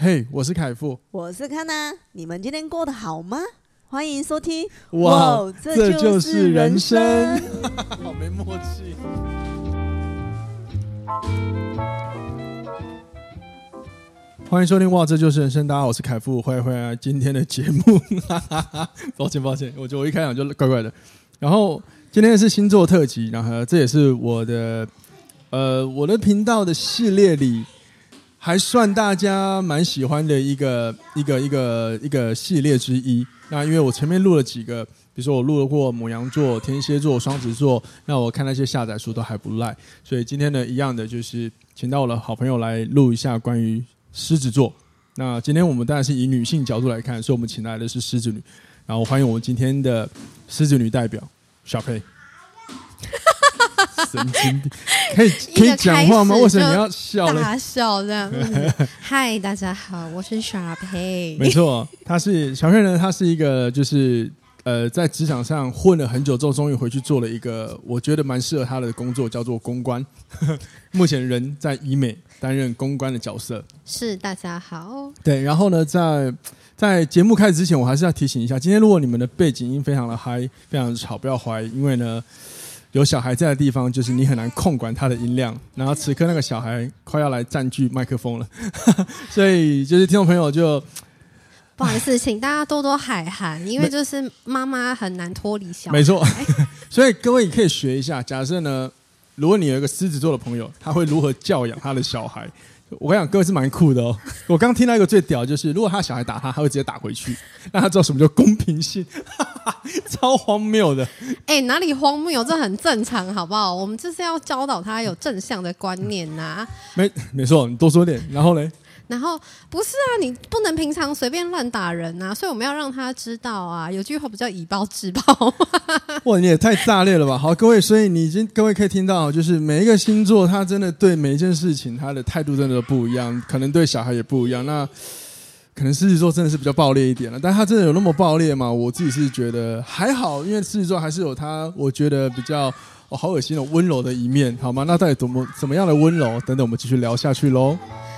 嘿，我是凯富， 我是康娜，你们今天过得好吗？欢迎收听。 哇，这就是人生， 好没默契。欢迎收听哇，这就是人生。大家好，我是凯富，欢迎回来今天的节目。抱歉，我觉得我一开场就怪怪的。然后今天是星座特辑，然后这也是我的频道的系列里还算大家蛮喜欢的一个系列之一。那因为我前面录了几个，比如说我录了过牡羊座、天蝎座、双子座，那我看那些下载数都还不赖，所以今天呢，一样的就是请到我的好朋友来录一下关于狮子座。那今天我们当然是以女性角度来看，所以我们请来的是狮子女。然后欢迎我们今天的狮子女代表小佩。神经病，可以讲话吗？为什么你要笑呢？ 大笑这样。嗨，大家好，我是小佩。 没错，她是小佩呢，她是一个就是在职场上混了很久之后，终于回去做了一个我觉得蛮适合她的工作，叫做公关。目前人在医美担任公关的角色。 是，大家好。 对，然后呢，在节目开始之前，我还是要提醒一下，今天如果你们的背景音非常的嗨，非常的吵，不要怀疑，因为呢，有小孩在的地方，就是你很难控管他的音量。然后此刻那个小孩快要来占据麦克风了，所以就是听众朋友就不好意思，请大家多多海涵，因为就是妈妈很难脱离小孩。 没错，所以各位也可以学一下。假设呢，如果你有一个狮子座的朋友，他会如何教养他的小孩？我跟你讲，各位是蛮酷的哦。我刚听到一个最屌，就是如果他小孩打他，他会直接打回去，让他知道什么叫公平性，超荒谬的。 哪里荒谬？这很正常，好不好？我们就是要教导他有正向的观念呐。 没错，你多说点。然后呢？ 然后不是啊，你不能平常随便乱打人啊，所以我们要让他知道啊，有句话不叫以暴制暴。 哇，你也太炸裂了吧！好，各位，所以各位可以听到，就是每一个星座，他真的对每一件事情，他的态度真的都不一样，可能对小孩也不一样。那可能狮子座真的是比较暴烈一点了，但他真的有那么暴烈吗？我自己是觉得还好，因为狮子座还是有他，我觉得比较好恶心的温柔的一面，好吗？那到底怎么样的温柔？等等，我们继续聊下去喽。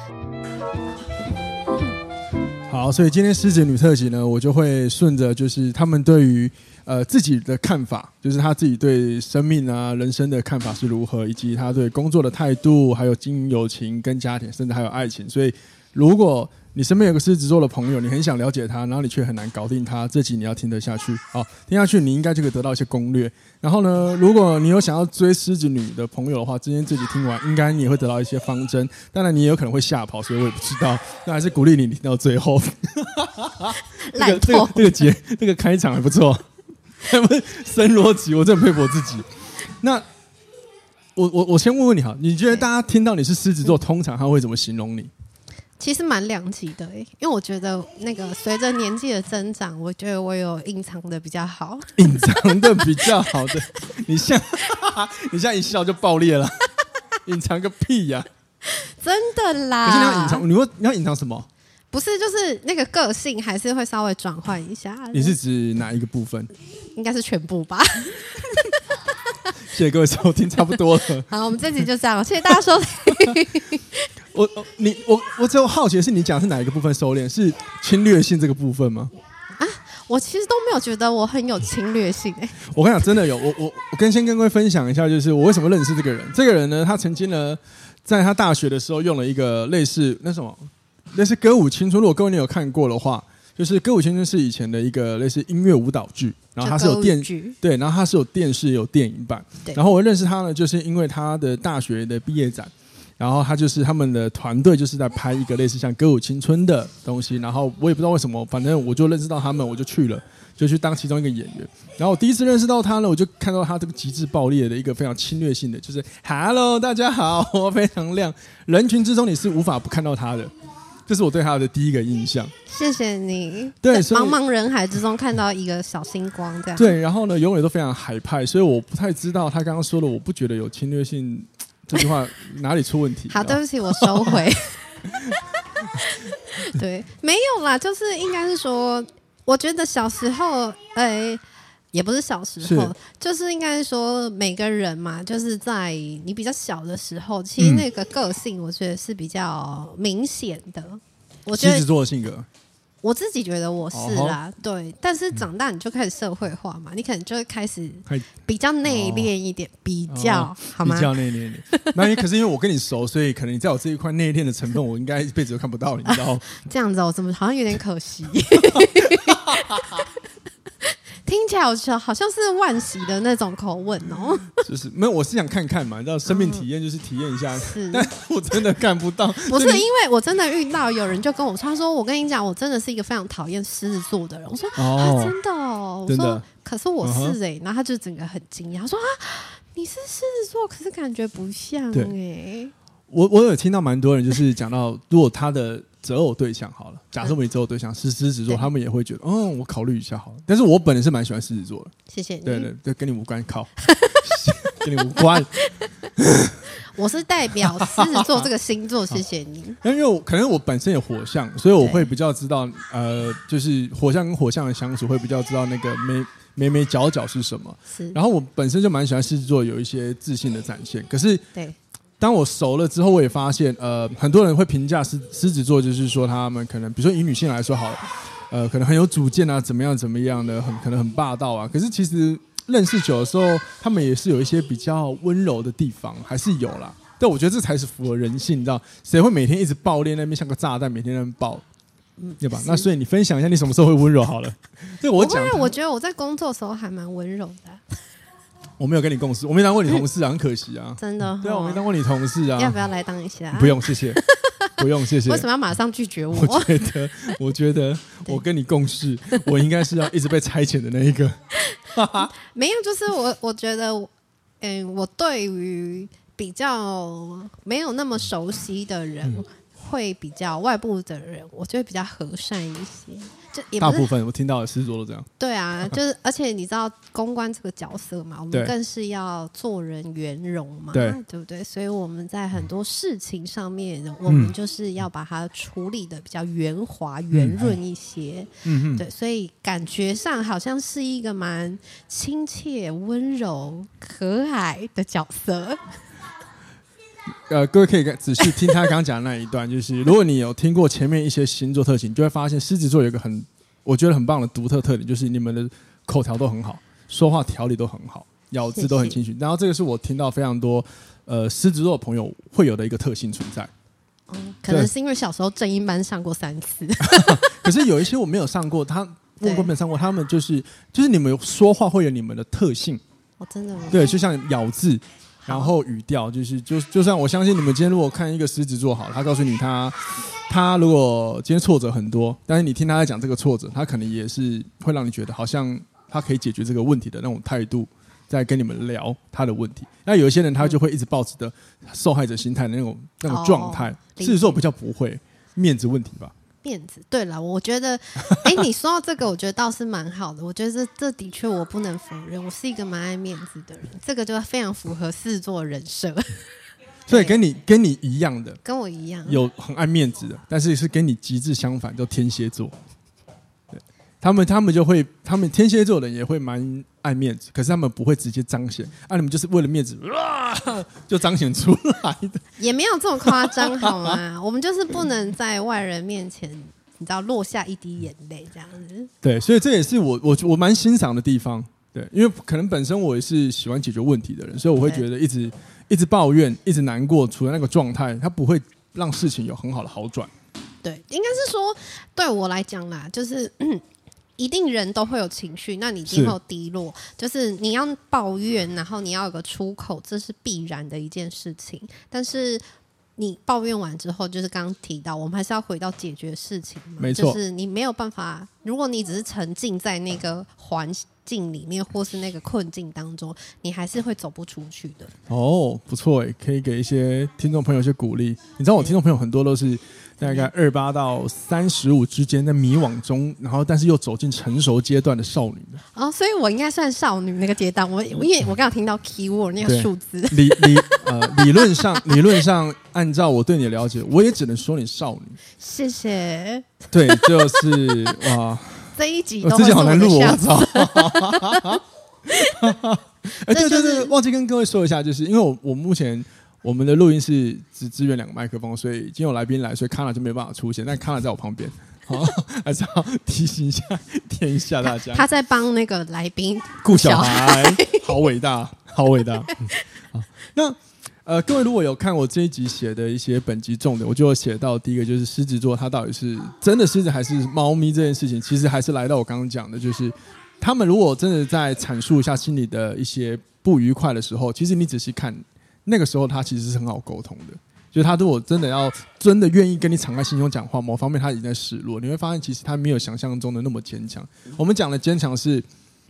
好，所以今天狮子女特辑呢，我就会顺着就是他们对于自己的看法，就是他自己对生命啊、人生的看法是如何，以及他对工作的态度，还有经营友情跟家庭，甚至还有爱情。所以，如果你身边有个狮子座的朋友，你很想了解他，然后你却很难搞定他，这集你要听得下去。好，听下去你应该就可以得到一些攻略。然后呢，如果你有想要追狮子女的朋友的话，今天这集听完，应该你也会得到一些方针。当然，你也有可能会吓跑，所以我也不知道。那还是鼓励你听到最后。这个开场还不错，深逻辑，我真的佩服我自己。那我先问问你好，你觉得大家听到你是狮子座，通常他会怎么形容你？ 其实蛮两极的因为我觉得那个随着年纪的增长，我觉得我有隐藏的比较好， 隐藏的比较好的，你现在一笑就爆裂了，隐藏个屁呀、 真的啦！ 可是你要隐藏，你要隐藏什么？ 不是，就是那个个性还是会稍微转换一下。 你是指哪一个部分？ 应该是全部吧。 谢谢各位收听，差不多了。 好，我们这集就这样，谢谢大家收听。 我只有好奇的是，你讲的是哪一个部分收敛？是侵略性这个部分吗？ 啊，我其实都没有觉得我很有侵略性我跟你讲，真的有。我先跟各位分享一下，就是我为什么认识这个人。这个人呢，他曾经呢，在他大学的时候用了一个类似歌舞青春。如果各位你有看过的话，就是歌舞青春是以前的一个类似音乐舞蹈剧，然后它是有对，然后它是有电视有电影版。然后我认识他呢，就是因为他的大学的毕业展。然后他们的团队就是在拍一个类似像歌舞青春的东西，然后我也不知道为什么，反正我就认识到他们，我就去了，就去当其中一个演员。然后我第一次认识到他呢，我就看到他这个极致暴烈的一个非常侵略性的，就是 Hello 大家好，我非常亮，人群之中你是无法不看到他的，这是我对他的第一个印象。 谢谢你， 对， 茫茫人海之中看到一个小星光这样。 对，然后呢，永远都非常海派，所以我不太知道他刚刚说的，我不觉得有侵略性。这句话哪里出问题？ 好，对不起，我收回。对，没有啦，就是应该是说，我觉得小时候，也不是小时候，就是应该说每个人嘛，就是在你比较小的时候，其实那个个性我觉得是比较明显的。 我觉得狮子座的性格。 我自己觉得我是啦，对，但是长大你就开始社会化嘛，你可能就会开始比较内敛一点，比较好吗？ 比较内敛一点。那可是因为我跟你熟，所以可能你在我这一块内敛的成分，我应该一辈子都看不到，你知道？ 这样子我怎么好像有点可惜？听起来好像是惋惜的那种口吻哦。 就是没有，我是想看看嘛，你知道，生命体验就是体验一下，但我真的看不到。 不是因为我真的遇到有人就跟我说，他说我跟你讲，我真的是一个非常讨厌狮子座的人。我说真的哦，我说可是我是然后他就整个很惊讶，他说你是狮子座，可是感觉不像我有听到蛮多人就是讲到，如果他的择偶对象好了，假设我们择偶对象是狮子座，他们也会觉得，我考虑一下好了。但是我本人是蛮喜欢狮子座的。谢谢你。对，跟你无关，靠，跟你无关。 我是代表狮子座这个星座，谢谢你。 因为可能我本身有火象，所以我会比较知道，就是火象跟火象的相处，会比较知道那个眉角角是什么。然后我本身就蛮喜欢狮子座有一些自信的展现，可是对。当我熟了之后，我也发现，很多人会评价狮子座，就是说他们可能，比如说以女性来说好了，可能很有主见啊，怎么样的，可能很霸道啊。可是其实认识久的时候，他们也是有一些比较温柔的地方，还是有啦。但我觉得这才是符合人性，你知道，谁会每天一直爆裂那边像个炸弹，每天在那边爆，对吧？那所以你分享一下，你什么时候会温柔好了？对我讲， 我觉得我在工作的时候还蛮温柔的。 我没有跟你共事，我没当过你同事啊，很可惜啊。 真的？ 对啊，我没当过你同事啊。 要不要来当一下？ 不用，谢谢。不用，谢谢。 为什么要马上拒绝我？ 我觉得我跟你共事，我应该是要一直被差遣的那一个。 没有，就是我觉得，我对于比较没有那么熟悉的人，会比较外部的人，我就会比较和善一些。 大部分我听到的狮子座都这样。 对啊，就是而且你知道公关这个角色嘛，我们更是要做人圆融嘛，对不对？所以我们在很多事情上面，我们就是要把它处理的比较圆滑、圆润一些。对，所以感觉上好像是一个蛮亲切、温柔、和蔼的角色。 各位可以仔细听他刚刚讲的那一段，就是如果你有听过前面一些星座特性，你就会发现狮子座有一个我觉得很棒的独特特点，就是你们的口条都很好，说话条理都很好，咬字都很清晰。然后这个是我听到非常多狮子座的朋友会有的一个特性存在。 可能是因为小时候正音班上过3次。 可是有一些我没有上过，问过没有上过，他们就是你们说话会有你们的特性。 真的吗？ 对，就像咬字。然后语调就算我相信你们今天如果看一个狮子座好了，他告诉你他如果今天挫折很多，但是你听他在讲这个挫折，他可能也是会让你觉得好像他可以解决这个问题的那种态度，在跟你们聊他的问题。那有一些人他就会一直抱持的受害者心态的那种状态，狮子座比较不会，面子问题吧。 面子，对了，我觉得，你说到这个，我觉得倒是蛮好的。我觉得这的确我不能否认，我是一个蛮爱面子的人，这个就非常符合狮子座人设。 所以跟你一样的， 跟我一样， 有很爱面子的，但是是跟你极致相反，叫天蝎座。对，他们就会，天蝎座的人也会蛮爱面子，可是他们不会直接彰显，你们就是为了面子，就彰显出来的， 也没有这么夸张好吗？我们就是不能在外人面前，你知道落下一滴眼泪这样子。 对，所以这也是我蛮欣赏的地方。对，因为可能本身我也是喜欢解决问题的人，所以我会觉得一直抱怨，一直难过，处在那个状态，它不会让事情有很好的好转。 对，应该是说对我来讲啦，就是一定人都会有情绪，那你一定会有低落，就是你要抱怨，然后你要有个出口，这是必然的一件事情。但是你抱怨完之后，就是刚刚提到，我们还是要回到解决事情嘛。 没错， 就是你没有办法，如果你只是沉浸在那个环境里面，或是那个困境当中，你还是会走不出去的。 不错可以给一些听众朋友一些鼓励。你知道我听众朋友很多都是大概28到35之间，在迷惘中，然后但是又走进成熟阶段的少女的。 所以我应该算少女那个阶段。因为我刚刚听到 keyword 那个数字， 理论上，按照我对你的了解，我也只能说你少女。 谢谢。 对，就是哇， 这一集之前好难录，我操！对，忘记跟各位说一下，就是因为我目前我们的录音室只支援2个麦克风，所以今天有来宾来，所以 Kana 就没办法出现，但 Kana 在我旁边。好，还是要提醒一下、提一下大家。 他在帮那个来宾顾小孩，好伟大，好伟大。那各位如果有看我这一集写的一些本集重点，我就有写到第一个就是狮子座，它到底是真的狮子还是猫咪这件事情，其实还是来到我刚刚讲的，就是他们如果真的在阐述一下心里的一些不愉快的时候，其实你仔细看，那个时候他其实是很好沟通的。就是他如果真的愿意跟你敞开心胸讲话，某方面他已经在示弱，你会发现其实他没有想象中的那么坚强。我们讲的坚强是，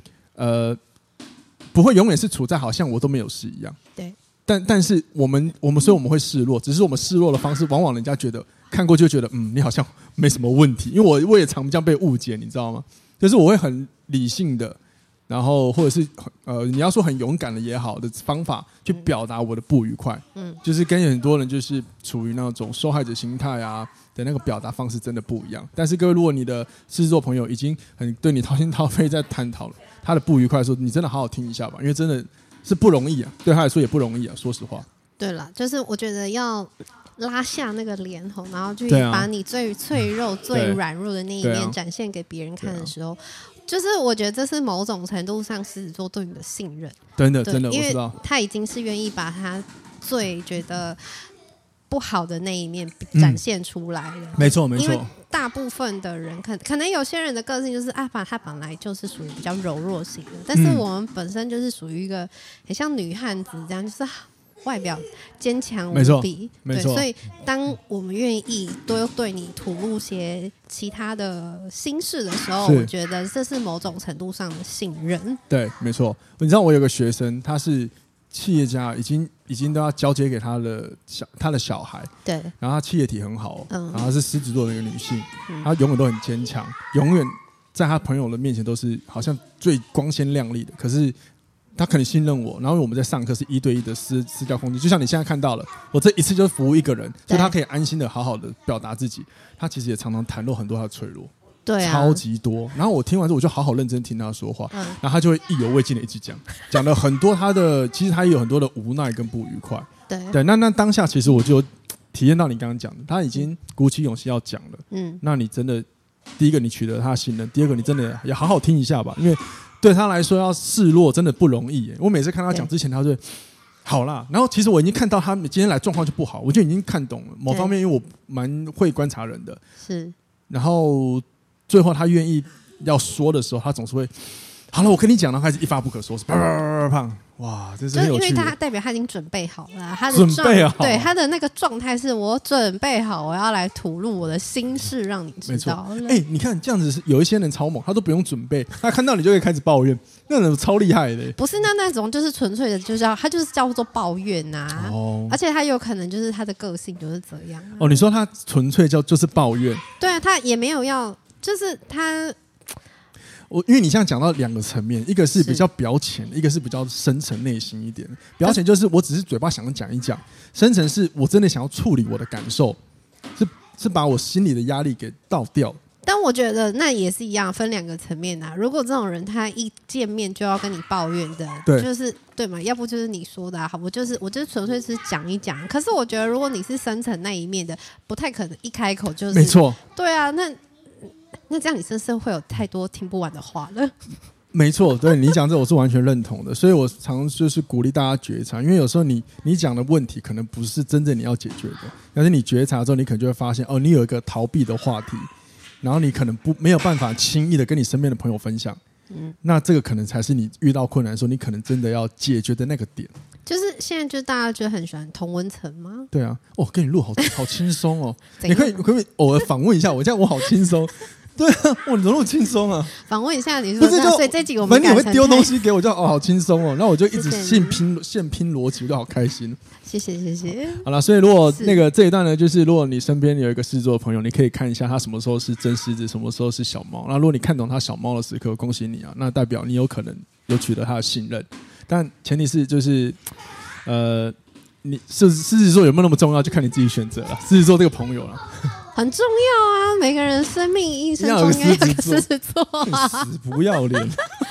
不会永远是处在好像我都没有事一样。 对。 但是所以我们会示弱，只是我们示弱的方式，往往人家觉得看过就觉得你好像没什么问题，因为我也常这样被误解，你知道吗？就是我会很理性的。然后或者是你要说很勇敢的也好的方法去表达我的不愉快，就是跟很多人就是处于那种受害者心态啊的那个表达方式真的不一样。但是各位，如果你的狮子座朋友已经很对你掏心掏肺在探讨了他的不愉快的时候，你真的好好听一下吧，因为真的是不容易啊，对他来说也不容易啊，说实话。 对了，就是我觉得要拉下那个脸吼，然后去把你最脆弱、最软弱的那一面展现给别人看的时候。就是我觉得这是某种程度上狮子座对你的信任， 真的，我知道， 因为他已经是愿意把他最觉得不好的那一面展现出来了。 没错。 因为大部分的人可能有些人的个性就是他本来就是属于比较柔弱型的，但是我们本身就是属于一个很像女汉子这样，就是外表坚强无比， 没错。 所以当我们愿意多对你吐露些其他的心事的时候，我觉得这是某种程度上的信任。对， 没错。你知道我有个学生，他是企业家，已经都要交接给他的小孩， 对。 然后他企业体很好，然后是狮子座的一个女性，她永远都很坚强，永远在她朋友的面前都是好像最光鲜亮丽的，可是。他可能信任我，然后我们在上课是1对1的私教空间，就像你现在看到了，我这一次就服务一个人，所以他可以安心的好好的表达自己。他其实也常常袒露很多他的脆弱， 对啊， 超级多。然后我听完之后，我就好好认真听他说话，然后他就会意犹未尽的一直讲了很多其实他也有很多的无奈跟不愉快。对，那当下其实我就体验到你刚刚讲的，他已经鼓起勇气要讲了。那你真的第一个你取得他的信任，第二个你真的要好好听一下吧，因为。对他来说要示弱真的不容易耶。我每次看他讲之前，他就好啦。然后其实我已经看到他今天来状况就不好，我就已经看懂了某方面，因为我蛮会观察人的。 是。 然后最后他愿意要说的时候，他总是会好了，我跟你讲，然后开始一发不可收拾，砰！哇，这是很有趣的。 因为他代表他已经准备好了，他的准备好， 对他的那个状态是我准备好，我要来吐露我的心事，让你知道。 你看这样子，有一些人超猛，他都不用准备，他看到你就可以开始抱怨，那种超厉害的。 不是那种，就是纯粹的，他就是叫做抱怨呐。而且他有可能就是他的个性就是这样。 你说他纯粹就是抱怨？ 对啊，他也没有要，就是他。 因为你现在讲到2个层面，一个是比较表浅，一个是比较深层内心一点。表浅就是我只是嘴巴想讲一讲，深层是我真的想要处理我的感受，是把我心里的压力给倒掉。 但我觉得那也是一样，分2个层面啊。如果这种人他一见面就要跟你抱怨的，就是对嘛？要不就是你说的好，我就是纯粹是讲一讲。可是我觉得如果你是深层那一面的，不太可能一开口就是没错。 对啊，那这样你身上会有太多听不完的话了。 没错，对你讲这我是完全认同的，所以我常就是鼓励大家觉察，因为有时候你讲的问题可能不是真正你要解决的，但是你觉察之后，你可能就会发现你有一个逃避的话题，然后你可能没有办法轻易的跟你身边的朋友分享，那这个可能才是你遇到困难的时候，你可能真的要解决的那个点。就是现在，就大家觉得很喜欢同温层吗？ 对啊，跟你录好轻松哦。你可以偶尔访问一下我，这样我好轻松。对啊，你怎么那么轻松啊？ 访问一下你说，所以这集我们反正你会丢东西给我，就好轻松哦。然后我就一直现拼逻辑，我就好开心。 谢谢。 好了，所以如果这一段呢，就是如果你身边有一个狮子座的朋友，你可以看一下他什么时候是真狮子，什么时候是小猫。那如果你看懂他小猫的时刻，恭喜你啊，那代表你有可能有取得他的信任。但前提是就是你狮子座有没有那么重要，就看你自己选择了。狮子座这个朋友了。 很重要啊！每个人生命一生中应该有个狮子座啊， 死不要脸。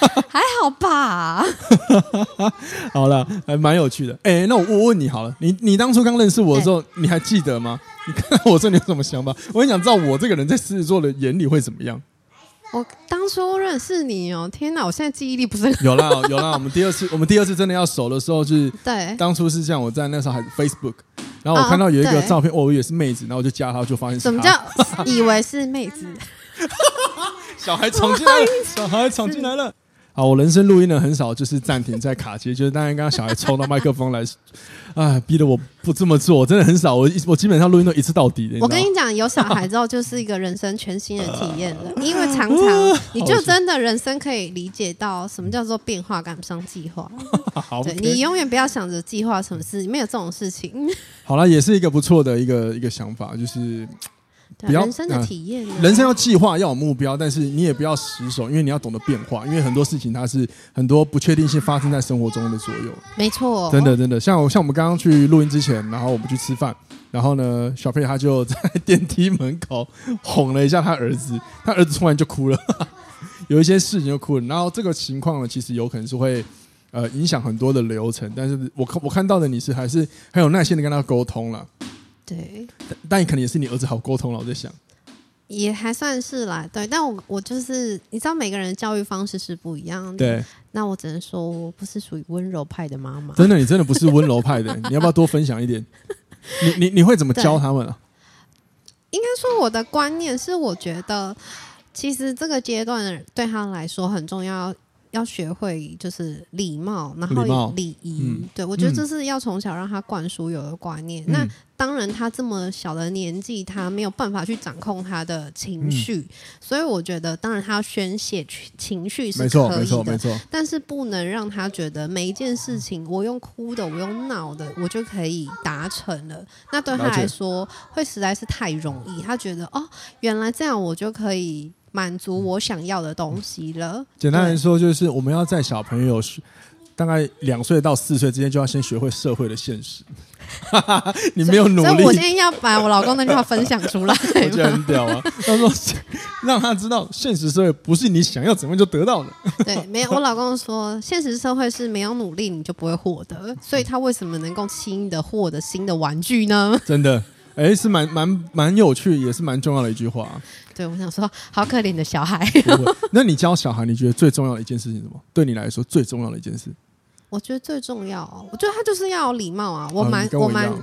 还好吧。 好了，还蛮有趣的。那我问你好了，你当初刚认识我的时候，你还记得吗？你看到我说你有什么想法？我很想知道我这个人在狮子座的眼里会怎么样。 我当初认识你哦，天哪！我现在记忆力不是很有啦。我们第二次真的要熟的时候是， 对， 当初是这样，我在那时候还 Facebook， 然后我看到有一个照片，我以为是妹子，然后我就加她，就发现是她。 什么叫以为是妹子？ 小孩闯进来了。好，我人生录音呢很少就是暂停在卡接，就是当然刚刚小孩冲到麦克风来，逼得我不这么做，真的很少。我基本上录音都一次到底的。 我跟你讲，有小孩之后就是一个人生全新的体验了，因为常常你就真的人生可以理解到什么叫做变化赶不上计划。 好， 对，你永远不要想着计划什么事，没有这种事情。 好了，也是一个不错的一个想法，就是。 人生的体验， 人生要计划，要有目标，但是你也不要死守，因为你要懂得变化，因为很多事情它是很多不确定性发生在生活中的左右。 没错， 真的，像我们刚刚去录音之前，然后我们去吃饭，然后呢，小佩他就在电梯门口哄了一下他儿子，他儿子突然就哭了，有一些事情就哭了。然后这个情况呢，其实有可能是会影响很多的流程，但是我看到的你是还是很有耐心的跟他沟通了。 对， 但可能也是你儿子好沟通了，我在想， 也还算是啦。对，但我就是你知道，每个人的教育方式是不一样的。 对， 那我只能说我不是属于温柔派的妈妈。 真的，你真的不是温柔派的，你要不要多分享一点？你会怎么教他们啊？ 应该说我的观念是，我觉得其实这个阶段对他来说很重要。要学会就是礼貌，然后礼仪。对，我觉得这是要从小让他灌输有的观念。那当然，他这么小的年纪，他没有办法去掌控他的情绪，所以我觉得，当然他要宣泄情绪是可以的， 没错。 但是不能让他觉得每一件事情，我用哭的，我用闹的，我就可以达成了。那对他来说，会实在是太容易。他觉得哦，原来这样我就可以满足我想要的东西了。 简单来说，就是我们要在小朋友大概2岁到4岁之间，就要先学会社会的现实。你没有努力， 所以我今天要把我老公那句话分享出来。 我觉得很屌啊！他说让他知道，现实社会不是你想要怎么样就得到的。 对，没有。我老公说，现实社会是没有努力你就不会获得，所以他为什么能够轻易的获得新的玩具呢？ 真的。是蛮有趣，也是蛮重要的一句话。 对，我想说，好可怜的小孩。 那你教小孩，你觉得最重要的一件事情是什么？对你来说最重要的一件事？ 我觉得最重要，我觉得他就是要有礼貌啊。我蛮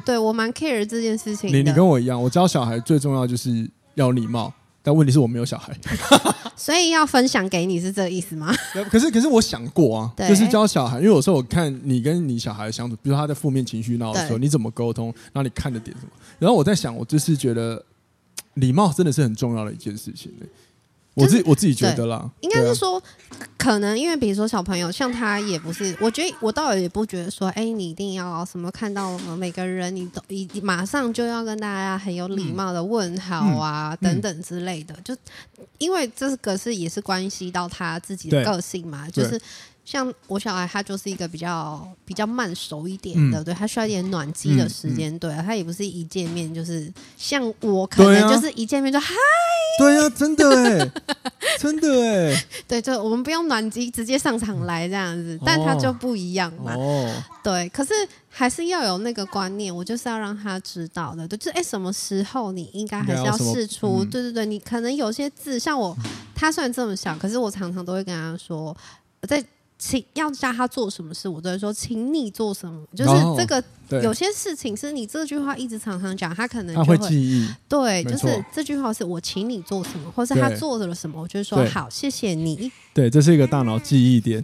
care 这件事情的。 你跟我一样，我教小孩最重要就是要有礼貌，但问题是我没有小孩。 所以要分享给你是这个意思吗？ 可是我想过啊，就是教小孩，因为有时候我看你跟你小孩相处，比如说他在负面情绪闹的时候，你怎么沟通，然后你看的点什么，然后我在想，我就是觉得礼貌真的是很重要的一件事情。我自己觉得啦， 应该是说，可能因为比如说小朋友，像他也不是，我觉得我倒也不觉得说，你一定要什么看到每个人你都马上就要跟大家很有礼貌的问好啊，等等之类的，就因为这个也是关系到他自己的个性嘛，就是。像我小孩，他就是一个比较慢熟一点的，对，他需要一点暖机的时间，对，他也不是一见面就是像我可能就是一见面就嗨， 对啊，真的真的对，就我们不用暖机，直接上场来这样子，但他就不一样嘛，对，可是还是要有那个观念，我就是要让他知道的，就是什么时候你应该还是要释出，对，你可能有些字，像我，他虽然这么小，可是我常常都会跟他说，要叫他做什么事，我都会说请你做什么，就是这个有些事情是你这句话一直常常讲，他可能就会记忆。 对，就是这句话是我请你做什么，或是他做了什么，我就说好，谢谢你。 对，这是一个大脑记忆点。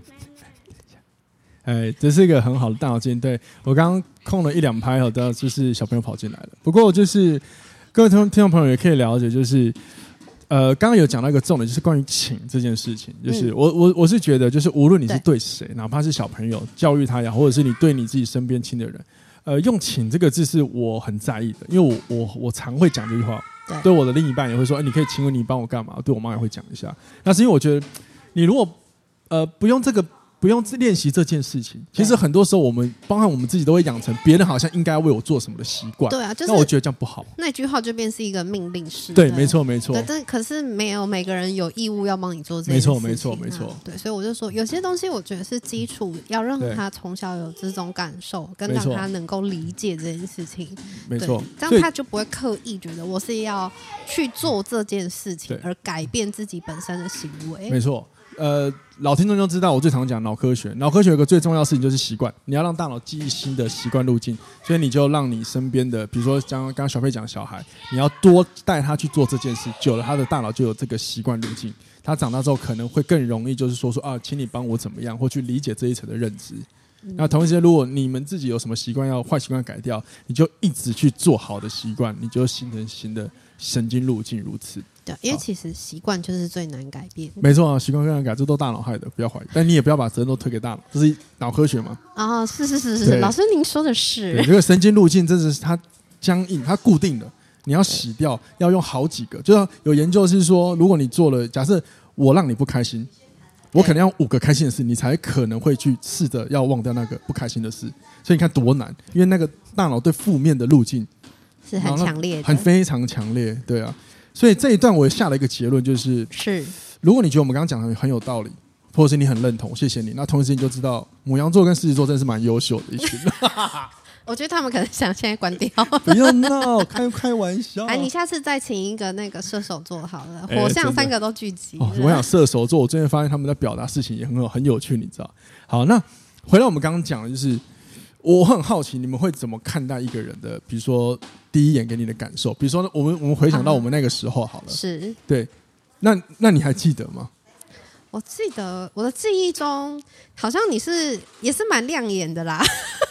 这是一个很好的大脑记忆。对，我刚刚空了1-2拍后，就是小朋友跑进来了。不过就是各位听众朋友也可以了解，就是刚刚有讲到一个重点，就是关于请这件事情。就是我是觉得，就是无论你是对谁，哪怕是小朋友教育他呀，或者是你对你自己身边亲的人，用请这个字是我很在意的，因为我常会讲这句话。对我的另一半也会说，你可以请你帮我干嘛？对我妈也会讲一下。那是因为我觉得，你如果不用这个不用练习这件事情。其实很多时候我们包含我们自己都会养成别人好像应该为我做什么的习惯。 对啊，就是那我觉得这样不好。 那句话就变成一个命令式。 对，没错没错。 但可是没有每个人有义务要帮你做这件事情。 没错没错。 对，所以我就说有些东西我觉得是基础，要让他从小有这种感受，跟让他能够理解这件事情。 没错， 这样他就不会刻意觉得我是要去做这件事情而改变自己本身的行为。 没错。老听众就知道我最常讲脑科学。脑科学有个最重要的事情就是习惯，你要让大脑记忆新的习惯路径，所以你就让你身边的，比如说刚刚小飞讲小孩，你要多带他去做这件事，久了他的大脑就有这个习惯路径，他长大之后可能会更容易就是说啊，请你帮我怎么样，或去理解这一层的认知。那同时，如果你们自己有什么习惯要坏习惯改掉，你就一直去做好的习惯，你就形成新的神经路径，如此。 对，因为其实习惯就是最难改变。 没错啊，习惯最难改，这都大脑害的，不要怀疑。但你也不要把责任都推给大脑，这是脑科学嘛？ 啊，是，老师您说的是。 这个神经路径真的是它僵硬，它固定的，你要洗掉，要用好几个。就像有研究是说，如果你做了，假设我让你不开心，我可能要5个开心的事，你才可能会去试着要忘掉那个不开心的事。所以你看多难，因为那个大脑对负面的路径是很强烈的， 非常强烈，对啊。所以这一段我下了一个结论，就是如果你觉得我们刚刚讲的很有道理，或者是你很认同，谢谢你。那同时你就知道，牡羊座跟狮子座真的是蛮优秀的一群。 我觉得他们可能想现在关掉。 不要闹，开玩笑。 你下次再请一个那个射手座好了，火象3个都聚集。 我想射手座，我最近发现他们在表达事情也很有趣，你知道？好，那回到我们刚刚讲的，就是我很好奇你们会怎么看待一个人的，比如说第一眼给你的感受。比如说我们回想到我们那个时候好了， 是对，那你还记得吗？ 我记得我的记忆中，好像你也是蛮亮眼的啦。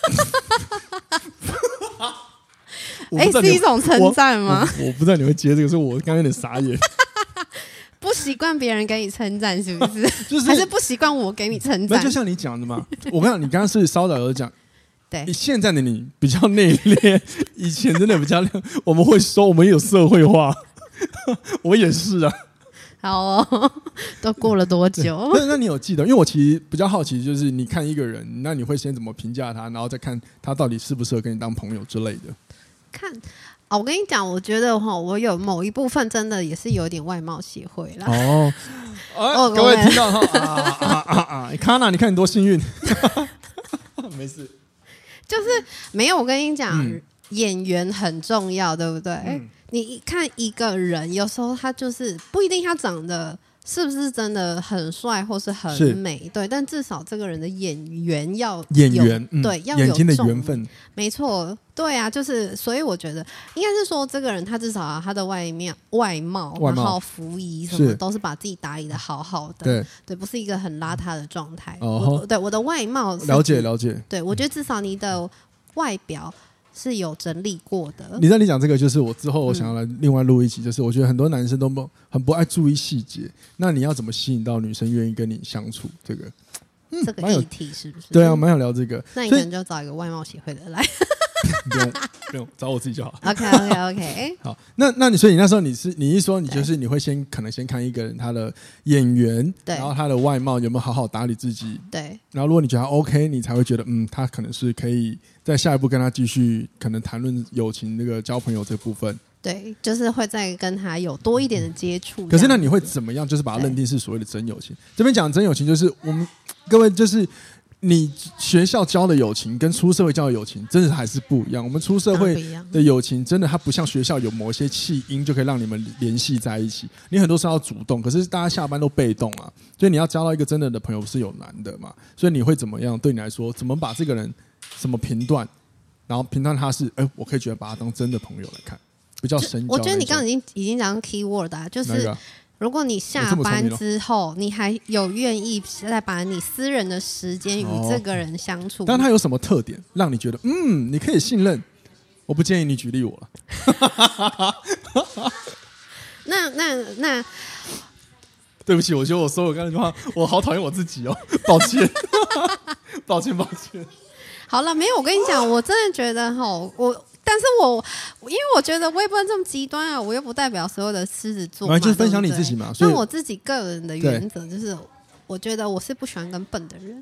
是一种称赞吗？ 我不知道你会接这个，所以我刚刚有点傻眼。 不习惯别人给你称赞，是不是？就是还是不习惯我给你称赞？ 就像你讲的嘛，我跟你刚刚是稍早有讲， 对， 现在的你比较内敛，以前真的比较亮。我们会说，我们有社会化，我也是啊。 好哦，都过了多久？ 那你有记得？因为我其实比较好奇，就是你看一个人，那你会先怎么评价他，然后再看他到底适不适合跟你当朋友之类的。 看我跟你讲，我觉得我有某一部分真的也是有点外貌协会啦。 各位听到Kana， 你看你多幸运。没事， 就是没有。我跟你讲，演员很重要，对不对？你看一个人，有时候他就是不一定他长得是不是真的很帅或是很美，对，但至少这个人的演员对，要有眼睛的缘分， 没错，对啊，就是所以我觉得应该是说，这个人他至少他的外貌，然后服仪什么都是把自己打理的好好的，对，不是一个很邋遢的状态。对，我的外貌了解， 对，我觉得至少你的外表是有整理过的。 你讲这个，就是我之后我想要来另外录一集，就是我觉得很多男生都很不爱注意细节，那你要怎么吸引到女生愿意跟你相处？这个议题是不是？ 对啊，蛮想聊这个。 那你可能就找一个外貌协会的来。 不用，找我自己就好。 OK。 好，那你所以你那时候你一说你就是你会可能先看一个人他的演员，然后他的外貌有没有好好打理自己， 对。 然后如果你觉得他 OK，你才会觉得他可能是可以在下一步跟他继续可能谈论友情那个交朋友这部分。 对，就是会再跟他有多一点的接触。 可是那你会怎么样？就是把它认定是所谓的真友情？这边讲真友情，就是我们各位就是你学校交的友情跟出社会交的友情，真的还是不一样。我们出社会的友情，真的它不像学校有某一些契因就可以让你们联系在一起。你很多时候要主动，可是大家下班都被动啊，所以你要交到一个真的朋友是有难的嘛。所以你会怎么样？对你来说，怎么把这个人怎么评断，然后评断他是我可以觉得把他当真的朋友来看。比较深交。 我觉得你刚刚已经讲 keyword 啊，就是如果你下班之后，你还有愿意再把你私人的时间与这个人相处， 但他有什么特点让你觉得你可以信任？我不建议你举例我了。 那对不起，我觉得我说我刚才的话，我好讨厌我自己哦，抱歉，抱歉。 好了，没有，我跟你讲，我真的觉得但是因为我觉得我也不能这么极端啊，我又不代表所有的狮子座嘛， 就是分享你自己嘛。 那我自己个人的原则就是， 我觉得我是不喜欢跟笨的人。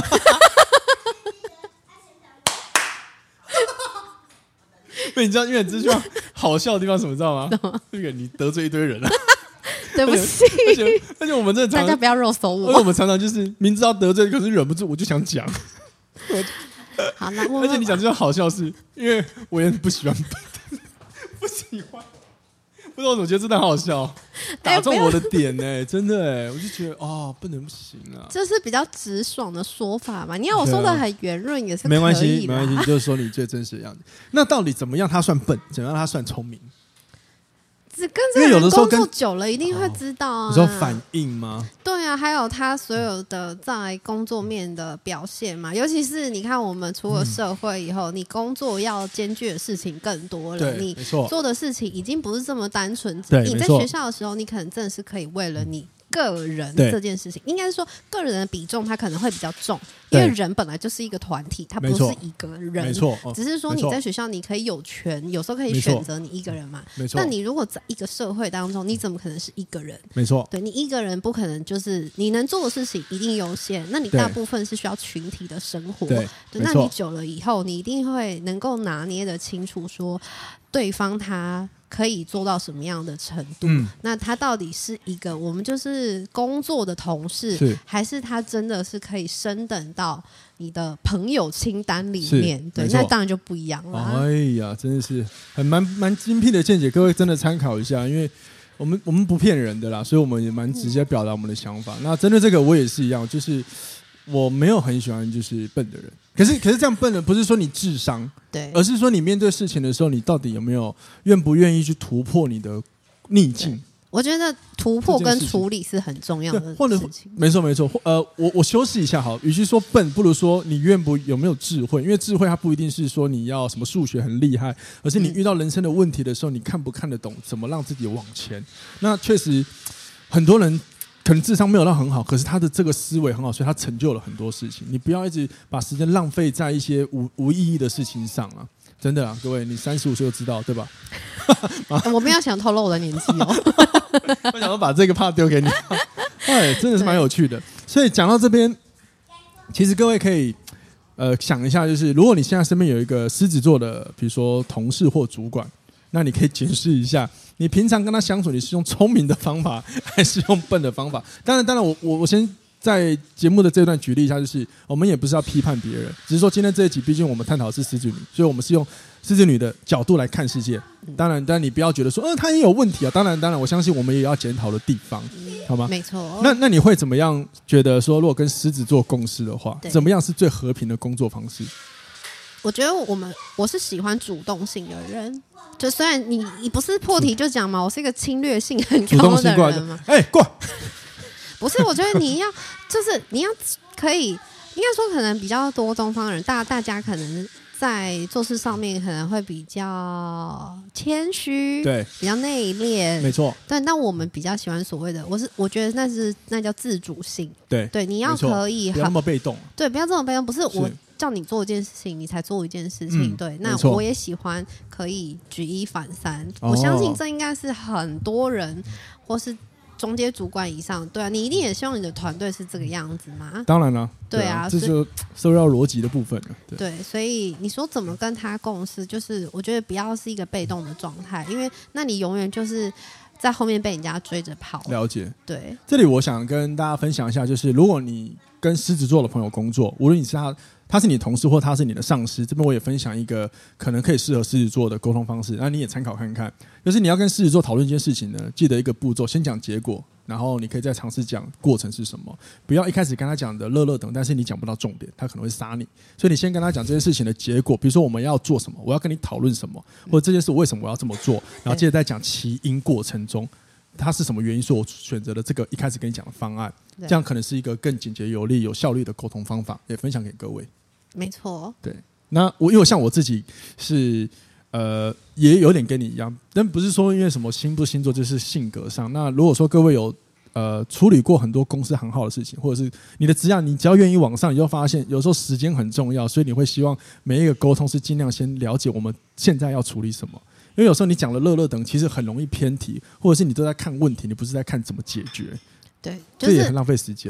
你知道，因为这句话好笑的地方什么，知道吗？那个你得罪一堆人了。 对不起， 而且我们这大家不要肉搜我。 因为我们常常就是明知道得罪，可是忍不住我就想讲。 好，那而且你讲这句好笑是，因为我也不喜欢笨，不喜欢。不知道我怎么觉得这段好笑，打中我的点呢、真的我就觉得笨人不行啊。 这是比较直爽的说法嘛？你要我说的很圆润也是可以没关系，没关系，就是说你最真实的样子。那到底怎么样他算笨，怎么样他算聪明？ 只跟这个人工作久了，一定会知道啊。 你说反应吗？ 对啊，还有他所有的在工作面的表现嘛，尤其是你看，我们出了社会以后，你工作要兼具的事情更多了，你做的事情已经不是这么单纯。你在学校的时候，你可能真的是可以为了你个人这件事情，应该是说个人的比重它可能会比较重，因为人本来就是一个团体，它不是一个人， 没错， 只是说你在学校你可以有权，有时候可以选择你一个人嘛， 没错。 那你如果在一个社会当中，你怎么可能是一个人？ 没错， 对，你一个人不可能就是你能做的事情一定有限，那你大部分是需要群体的生活，对，那你久了以后，你一定会能够拿捏得清楚说对方他可以做到什么样的程度？那他到底是一个我们就是工作的同事，还是他真的是可以升等到你的朋友清单里面？对，那当然就不一样了。 哎呀，真的是蛮精辟的见解，各位真的参考一下，因为我们不骗人的啦，所以我们也蛮直接表达我们的想法。那针对这个，我也是一样，就是我没有很喜欢就是笨的人。可是这样笨的不是说你智商，对，而是说你面对事情的时候，你到底有没有愿不愿意去突破你的逆境？ 我觉得突破跟处理是很重要的事情。 没错。我修饰一下好，与其说笨，不如说你有没有智慧？因为智慧它不一定是说你要什么数学很厉害，而是你遇到人生的问题的时候，你看不看得懂怎么让自己往前。那确实很多人可能智商没有到很好，可是他的这个思维很好，所以他成就了很多事情。你不要一直把时间浪费在一些无意义的事情上啊！真的啊，各位，你35岁就知道对吧？ 我没有想透露我的年纪哦。 我想要把这个part丢给你，真的是蛮有趣的。所以讲到这边，其实各位可以想一下，就是如果你现在身边有一个狮子座的，比如说同事或主管，那你可以检视一下，你平常跟他相处，你是用聪明的方法还是用笨的方法？当然，我先在节目的这段举例一下，就是我们也不是要批判别人，只是说今天这一集，毕竟我们探讨的是狮子女，所以我们是用狮子女的角度来看世界。当然你不要觉得说，他也有问题啊。当然，我相信我们也有要检讨的地方，好吗？ 没错。 那你会怎么样觉得说，如果跟狮子座共事的话，怎么样是最和平的工作方式？ 我觉得我是喜欢主动性的人，就虽然你不是破题就讲嘛，我是一个侵略性很高的人嘛。 过。 不是，我觉得你要可以，应该说可能比较多东方人，大家可能在做事上面可能会比较谦虚， 对， 比较内敛， 没错。 对，但我们比较喜欢所谓的，我觉得那叫自主性， 对， 你要可以不要那么被动， 对，不要这么被动，不是我叫你做一件事情，你才做一件事情。对，那我也喜欢可以举一反三。我相信这应该是很多人或是中阶主管以上，对啊，你一定也希望你的团队是这个样子嘛？ 当然了， 对啊， 这就社会逻辑的部分了。 对，所以你说怎么跟他共事，就是我觉得不要是一个被动的状态，因为那你永远就是在后面被人家追着跑。 了解。 对， 这里我想跟大家分享一下，就是如果你跟狮子座的朋友工作，无论你是他是你同事或他是你的上司，这边我也分享一个可能可以适合狮子座的沟通方式，那你也参考看看。就是你要跟狮子座讨论一件事情呢，记得一个步骤，先讲结果，然后你可以再尝试讲过程是什么，不要一开始跟他讲的乐乐等，但是你讲不到重点，他可能会杀你。所以你先跟他讲这件事情的结果，比如说我们要做什么，我要跟你讨论什么，或者这件事为什么我要这么做，然后接着再讲起因过程中它是什么原因，所以我选择了这个一开始跟你讲的方案，这样可能是一个更简洁有力有效率的沟通方法，也分享给各位。 没错， 对。那因为像我自己是也有点跟你一样，但不是说因为什么星不星座，就是性格上。那如果说各位有处理过很多公司行号的事情，或者是你的职涯，你只要愿意往上，你就发现有时候时间很重要，所以你会希望每一个沟通是尽量先了解我们现在要处理什么。因为有时候你讲了乐乐等，其实很容易偏题，或者是你都在看问题，你不是在看怎么解决。 对，就是、 这也很浪费时间。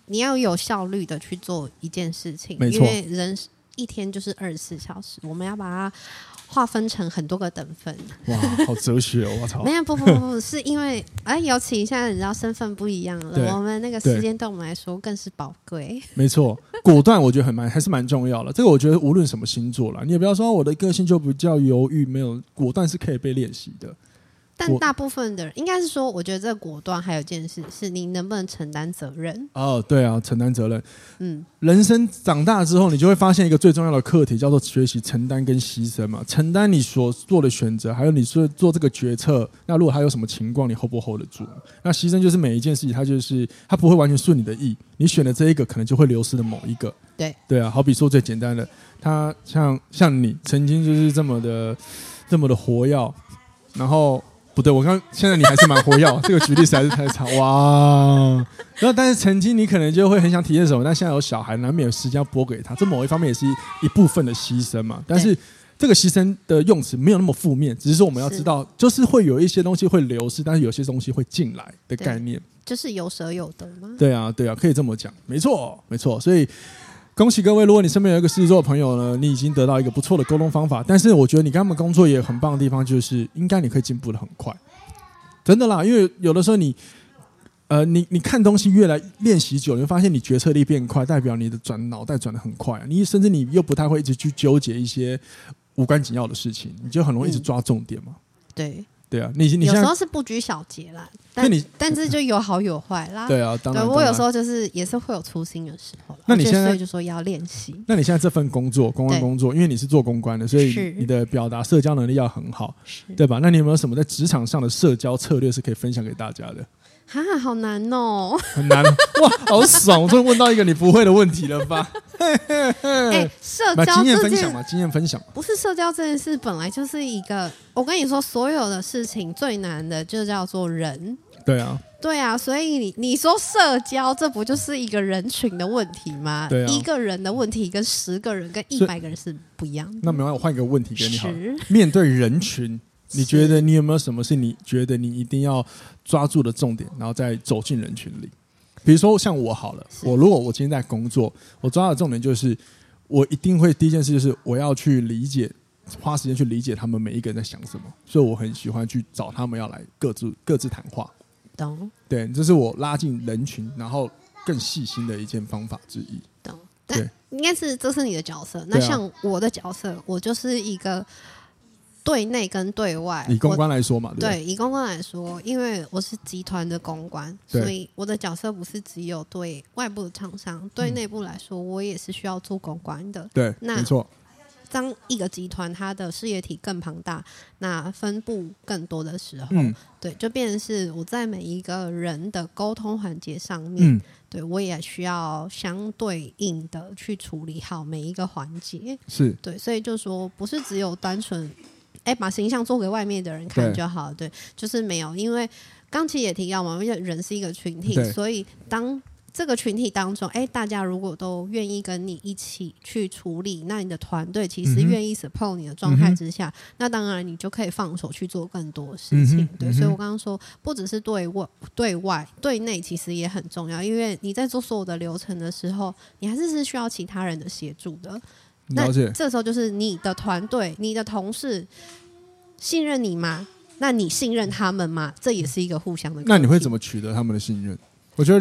你要有效率的去做一件事情， 没错， 因为人一天就是24小时，我们要把它划分成很多个等分。 哇，好哲学哦！我操， 没有，不，是因为尤其现在你知道身份不一样了，我们那个时间对我们来说更是宝贵。 没错，果断我觉得还是蛮重要的。这个我觉得无论什么星座啦，你也不要说我的个性就比较犹豫，没有果断是可以被练习的。 但大部分的人应该是说，我觉得这个果断还有一件事是你能不能承担责任。 哦，对啊，承担责任。人生长大之后，你就会发现一个最重要的课题，叫做学习承担跟牺牲嘛。承担你所做的选择，还有你做这个决策。那如果还有什么情况，你 hold 不 hold 得住？那牺牲就是每一件事情，它不会完全顺你的意。你选的这一个，可能就会流失的某一个。对啊，好比说最简单的，他像你曾经就是这么的活跃，然后。不对，现在你还是蛮活跃，这个举例实在是太差哇！然后，但是曾经你可能就会很想体验什么，但现在有小孩，难免有时间要拨给他，这某一方面也是一部分的牺牲嘛。但是这个牺牲的用词没有那么负面，只是说我们要知道，就是会有一些东西会流失，但是有些东西会进来的概念， 就是有舍有得吗？ 对啊，可以这么讲，没错。所以。恭喜各位！如果你身边有一个狮子座的朋友呢，你已经得到一个不错的沟通方法。但是我觉得你跟他们工作也很棒的地方，就是应该你可以进步的很快，真的啦。因为有的时候你看东西越来练习久，你会发现你决策力变快，代表你的脑袋转得很快。你甚至你又不太会一直去纠结一些无关紧要的事情，你就很容易一直抓重点嘛。对啊，你有时候是不拘小节啦，但是就有好有坏啦。 对啊，当然我有时候就是也是会有粗心的时候。 那你现在所以就说要练习。 那你现在这份工作，公关工作，因为你是做公关的，所以你的表达社交能力要很好，对吧？那你有没有什么在职场上的社交策略是可以分享给大家的？ 好难哦， 很难哇，好爽！我终于问到一个你不会的问题了吧？ 社交经验分享嘛， 不是社交这件事本来就是一个，我跟你说，所有的事情最难的就叫做人。 对啊， 所以你说社交，这不就是一个人群的问题吗？ 对啊， 一个人的问题跟10个人跟100个人是不一样的。 那没关系，我换一个问题给你好了。面对人群，你觉得你有没有什么是你觉得你一定要抓住的重点，然后再走进人群里？比如说像我好了，如果我今天在工作，我抓的重点就是我一定会第一件事就是我要去花时间去理解他们每一个人在想什么，所以我很喜欢去找他们要来各自谈话。 懂？ 对，这是我拉进人群，然后更细心的一件方法之一。 懂？对，应该是这是你的角色。那像我的角色，我就是一个对内跟对外。 以公关来说嘛， 对，以公关来说，因为我是集团的公关，所以我的角色不是只有对外部的厂商，对内部来说，我也是需要做公关的。 对，没错。 当一个集团它的事业体更庞大，那分布更多的时候，对，就变成是我在每一个人的沟通环节上面，对我也需要相对应的去处理好每一个环节。是对，所以就说不是只有单纯把形象做给外面的人看就好，对，就是没有，因为刚其实也提到嘛，因为人是一个群体，所以当这个群体当中，大家如果都愿意跟你一起去处理，那你的团队其实愿意 support 你的状态之下，那当然你就可以放手去做更多的事情。对，所以我刚刚说，不只是对外，对内其实也很重要，因为你在做所有的流程的时候，你还是需要其他人的协助的。那这时候就是你的团队、你的同事信任你吗？那你信任他们吗？这也是一个互相的。 那你会怎么取得他们的信任？我觉得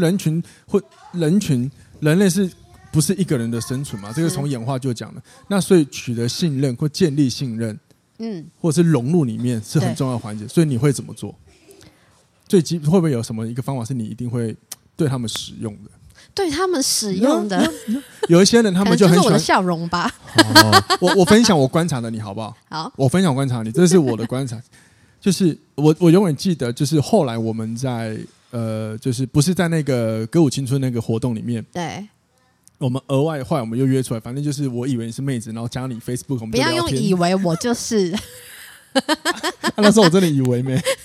人类是不是一个人的生存嘛？这个从演化就讲了。那所以取得信任或建立信任，或者是融入里面是很重要的环节。所以你会怎么做？会不会有什么一个方法是你一定会对他们使用的？ 对他们使用的， 有一些人他们就很喜欢就是我的笑容吧。 我分享我观察的你好不好？ 好， 我分享我观察你，这是我的观察。就是我永远记得，就是后来我们在就是不是在那个歌舞青春那个活动里面， 对， 我们额外后来我们又约出来，反正就是我以为你是妹子，然后加你 Facebook， 我们就聊天。 不要用以为我就是， 那时候我真的以为没。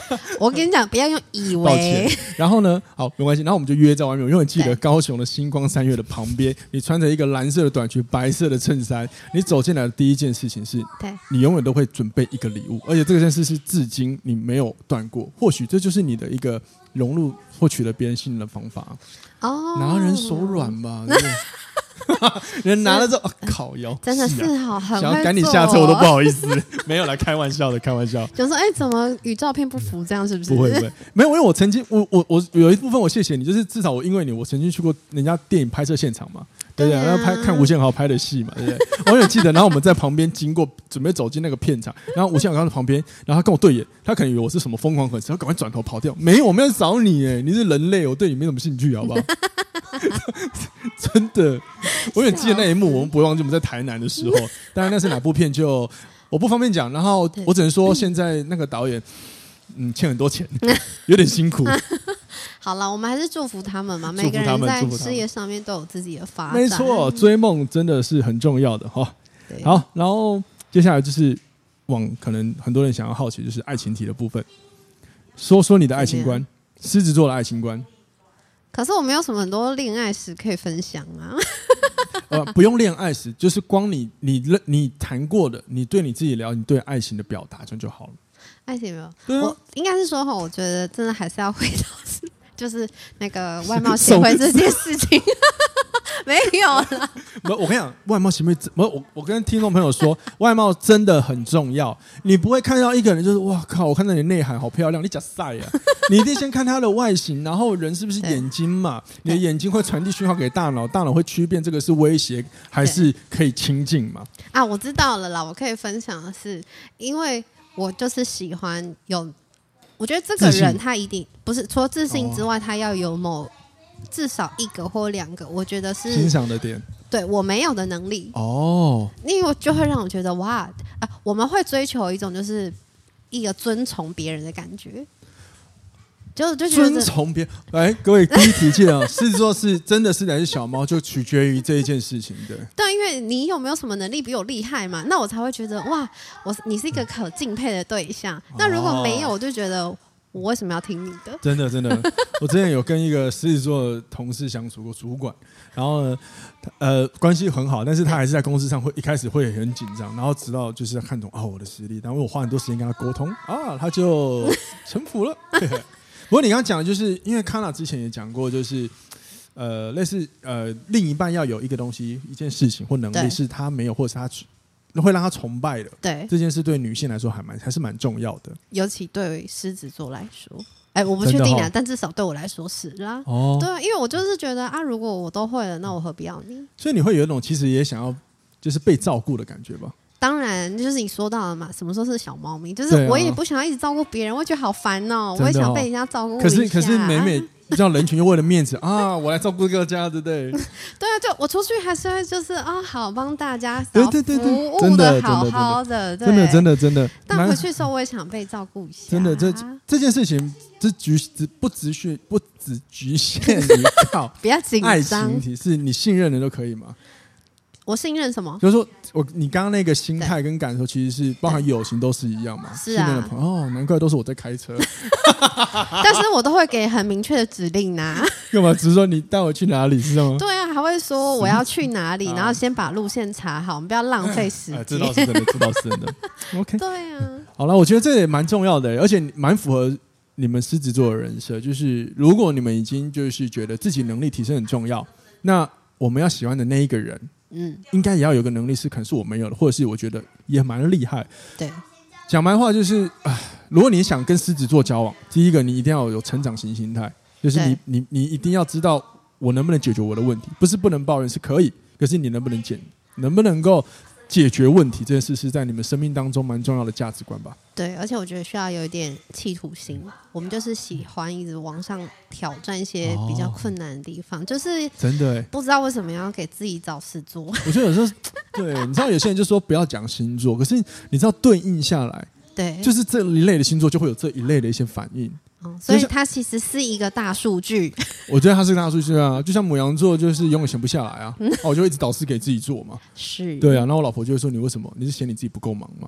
我跟你讲，不要用以为。 然后呢，好，没关系。然后我们就约在外面。我永远记得高雄的星光三月的旁边，你穿着一个蓝色的短裙、白色的衬衫，你走进来的第一件事情是，你永远都会准备一个礼物，而且这件事是至今你没有断过。或许这就是你的一个融入或取得别人信任的方法。哦，拿人手软吧。对不对？人拿了之后，靠腰， 真的是好，很想要赶你下车，我都不好意思。没有来开玩笑的，开玩笑。 就说，怎么与照片不符？这样是不是？ 不会，没有，因为我曾经，我有一部分我谢谢你，就是至少我因为你，我曾经去过人家电影拍摄现场嘛，对不对？然后看吴宪豪拍的戏嘛，对不对？我有记得，然后我们在旁边经过，准备走进那个片场，然后吴宪豪在旁边，然后他跟我对眼，他可能以为我是什么疯狂粉丝，他赶快转头跑掉。没有，我没有找你，你是人类，我对你没什么兴趣，好不好？真的，我也记得那一幕，我们不会忘记我们在台南的时候。当然那是哪部片就我不方便讲，然后我只能说现在那个导演欠很多钱，有点辛苦。 好了，我们还是祝福他们嘛，每个人在事业上面都有自己的发展。 没错，追梦真的是很重要的哈。好，然后接下来就是可能很多人想要好奇，就是爱情题的部分，说说你的爱情观，狮子座的爱情观。 可是我没有什么很多恋爱史可以分享啊。 不用恋爱史，就是光你谈过的，你对你自己聊，你对爱情的表达，这样就好了。 爱情没有，我应该是说哈，我觉得真的还是要回到就是那个外貌协会这件事情。没有啦， 我跟你讲，外貌协会，我跟听众朋友说，外貌真的很重要。你不会看到一个人就是哇靠，我看到你内涵好漂亮，你假晒啊！你一定先看他的外形，然后人是不是眼睛嘛？你的眼睛会传递讯号给大脑，大脑会区辨这个是威胁还是可以亲近嘛？ 啊，我知道了啦，我可以分享的是，因为我就是喜欢我觉得这个人他一定不是除了自信之外，他要有至少一个或两个，我觉得是欣赏的点， 对我没有的能力哦，因为就会让我觉得哇我们会追求一种就是一个遵从别人的感觉，就觉得遵从别人。来，各位第一题记得，狮子座是真的是还是小猫，就取决于这一件事情的。 对，因为你有没有什么能力比我厉害嘛，那我才会觉得哇，你是一个可敬佩的对象。那如果没有，我就觉得。我为什么要听你的？真的， 我之前有跟一个狮子座的同事相处过，主管，然后呢，关系很好，但是他还是在公司上一开始会很紧张，然后直到就是要看懂我的实力，然后我花很多时间跟他沟通他就臣服了。不过你刚刚讲的就是因为康纳之前也讲过，就是类似另一半要有一个东西、一件事情或能力是他没有，或者是他会让他崇拜的，对这件事对女性来说还是蛮重要的， 尤其对狮子座来说，我不确定啊，但至少对我来说是啦。对啊，因为我就是觉得如果我都会了，那我何必要你？ 所以你会有一种其实也想要就是被照顾的感觉吧？ 当然，就是你说到了嘛，什么时候是小猫咪？就是我也不想要一直照顾别人，我觉得好烦哦，我也想被人家照顾一下。 可是每你知道人群又为了面子我来照顾这个家，对不对？ 对啊，就我出去还是会就是好帮大家服务的好好的， 真的。 但回去的时候我也想被照顾一下。 真的，这件事情不只局限于靠不要紧张， 爱情题是你信任的都可以吗？ 我信任什么？ 就是说你刚刚那个心态跟感受，其实是包含友情都是一样嘛。 是啊，信任的朋友难怪都是我在开车。 但是我都会给很明确的指令啊。 干嘛？只是说你带我去哪里是吗？ 对啊，还会说我要去哪里，然后先把路线查好，我们不要浪费时间。 这倒是真的。OK， 对啊。 好了，我觉得这也蛮重要的，而且蛮符合你们狮子座的人设。就是如果你们已经就是觉得自己能力提升很重要，那我们要喜欢的那一个人。应该也要有个能力是可能是我没有的，或者是我觉得也蛮厉害。 对， 讲白话就是如果你想跟狮子座交往，第一个你一定要有成长型心态，就是你一定要知道我能不能解决我的问题，不是不能抱怨，是可以，可是你能不能够解决问题，这件事是在你们生命当中蛮重要的价值观吧。 对，而且我觉得需要有一点企图心，我们就是喜欢一直往上挑战一些比较困难的地方，就是真的不知道为什么要给自己找事做。 我觉得有时候对，你知道有些人就说不要讲星座，可是你知道对应下来， 对， 就是这一类的星座就会有这一类的一些反应。 所以它其实是一个大数据。 我觉得它是个大数据啊，就像牡羊座就是永远闲不下来啊，我就一直导师给自己做嘛。 是， 对啊，然后我老婆就会说你为什么？你是嫌你自己不够忙吗？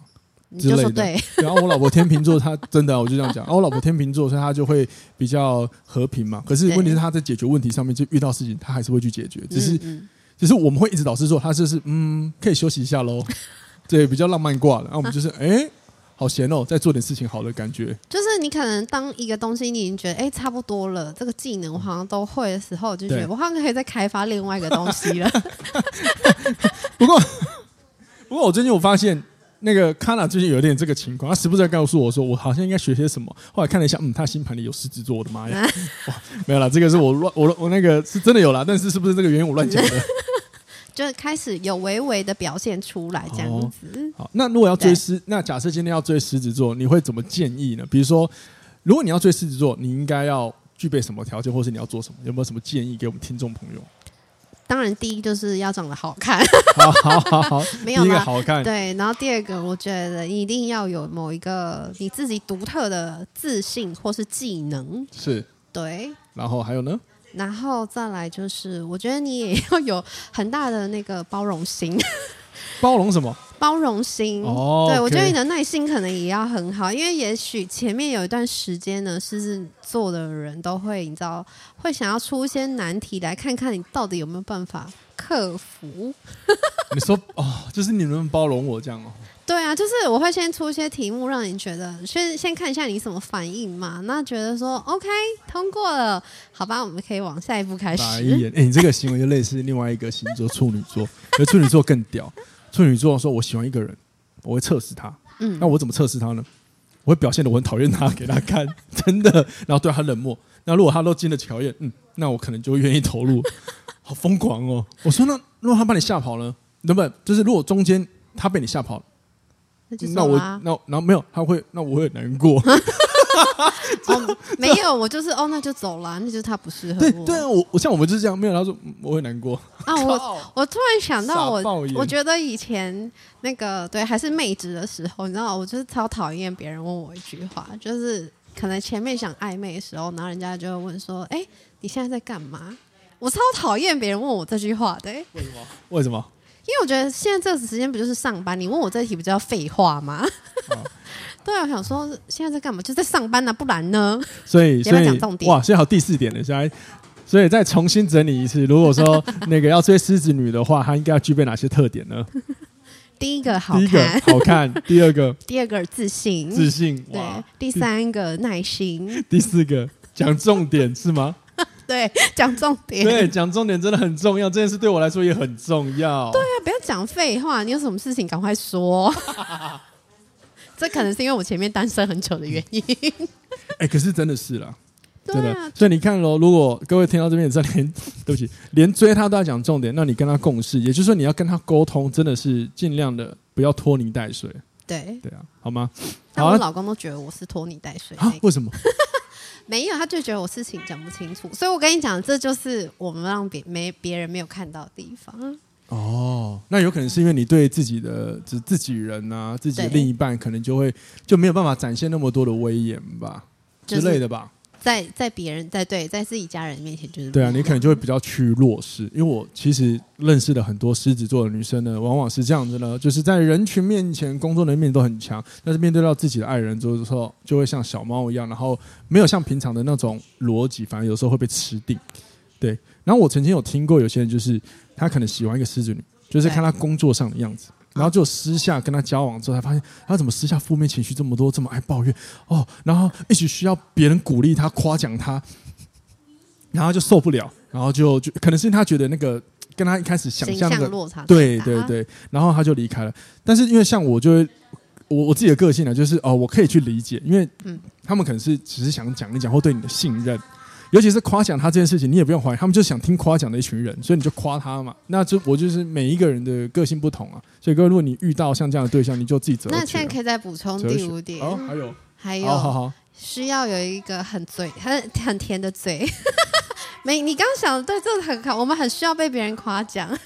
之类的。 对， 然后我老婆天秤座，她真的我就这样讲，我老婆天秤座，所以她就会比较和平嘛。可是问题是她在解决问题上面，就遇到事情她还是会去解决，只是我们会一直导致说，她就是可以休息一下咯。对，比较浪漫挂的。然后我们就是好闲哦，再做点事情好的感觉。 就是你可能当一个东西你已经觉得差不多了，这个技能我好像都会的时候，就觉得我好像可以再开发另外一个东西了。 不过我最近我发现那个 Kana 最近有点这个情况，他时不时在告诉我说我好像应该学些什么。后来看了一下，他星盘里有狮子座，我的妈呀！哇，没有啦，这个是我那个是真的有啦，但是是不是这个原因我乱讲的？ 就开始有微微的表现出来，这样子。 好，那如果要追那假设今天要追狮子座，你会怎么建议呢？比如说，如果你要追狮子座，你应该要具备什么条件，或是你要做什么？有没有什么建议给我们听众朋友？ 当然，第一就是要长得好看。 好， 没有啦， 第一个好看。 对，然后第二个，我觉得你一定要有某一个你自己独特的自信或是技能。 是。 对。 然后还有呢？ 然后再来就是，我觉得你也要有很大的那个包容心。 包容什么？ 包容心。 哦， 对，我觉得你的耐心可能也要很好，因为也许前面有一段时间呢，狮子座的人都会，你知道，会想要出一些难题来看看你到底有没有办法克服。 你说就是你能不能包容我这样哦？ 对啊，就是我会先出一些题目，让你觉得先看一下你什么反应嘛。那觉得说 OK 通过了，好吧，我们可以往下一步开始。 打一眼，你这个行为就类似另外一个星座处女座，而处女座更屌。处女座说：“我喜欢一个人，我会测试他。那我怎么测试他呢？我会表现得我很讨厌他，给他看，真的，然后对他冷漠。那如果他都经得起考验，那我可能就会愿意投入。好疯狂哦！我说那如果他把你吓跑呢？能不能就是如果中间他被你吓跑了？”那然后没有，那我会很难过。 没有，我就是那就走了，那就是他不适合我。 对啊，我像我们就是这样，没有他说我会难过啊。我突然想到我觉得以前那个对还是妹子的时候，你知道，我就是超讨厌别人问我一句话，就是可能前面想暧昧的时候，然后人家就会问说：“你现在在干嘛？”我超讨厌别人问我这句话的。 为什么？ 因为我觉得现在这个时间不就是上班？你问我这一题不就要废话吗？对啊，我想说现在在干嘛？就在上班啊，不然呢？ 所以讲重点哇，所以好第4点了，现在所以再重新整理一次。如果说那个要追狮子女的话，她应该要具备哪些特点呢？ 第一个好看， 第二个自信，对，第3个耐心， 第4个讲重点是吗？ 对，讲重点， 对，讲重点真的很重要，这件事对我来说也很重要。 对啊，不要讲废话，你有什么事情赶快说。这可能是因为我前面单身很久的原因。 可是真的是啦， 真的。所以你看咯，如果各位听到这边，对不起，连追他都要讲重点，那你跟他共事，也就是说你要跟他沟通，真的是尽量的不要拖泥带水。 对啊，好吗？ 但我老公都觉得我是拖泥带水。 为什么？ 没有，他就觉得我事情讲不清楚，所以我跟你讲，这就是我们让别人没有看到的地方。 那有可能是因为你对自己人啊，自己的另一半，可能就没有办法展现那么多的威严吧，之类的吧。 在别人在自己家人面前就是对啊，你可能就会比较趋于弱势。因为我其实认识了很多狮子座的女生呢，往往是这样子呢，就是在人群面前、工作能力都很强，但是面对到自己的爱人之后，就会像小猫一样，然后没有像平常的那种逻辑，反而有时候会被吃定。对，然后我曾经有听过有些人就是他可能喜欢一个狮子女，就是看他工作上的样子。然后就私下跟他交往之后，才发现他怎么私下负面情绪这么多，这么爱抱怨然后一直需要别人鼓励他、夸奖他，然后就受不了，然后就可能是因为他觉得那个跟他一开始想象的落差对，然后他就离开了。但是因为像我就会我自己的个性呢，就是我可以去理解，因为他们可能是只是想讲一讲或对你的信任。尤其是夸奖他这件事情，你也不用怀疑，他们就想听夸奖的一群人，所以你就夸他嘛。那我就是每一个人的个性不同啊，所以各位，如果你遇到像这样的对象，你就自己择。 那现在可以再补充第5点。还有， 好， 需要有一个很甜的嘴。你刚刚想的对，这个很好，我们很需要被别人夸奖。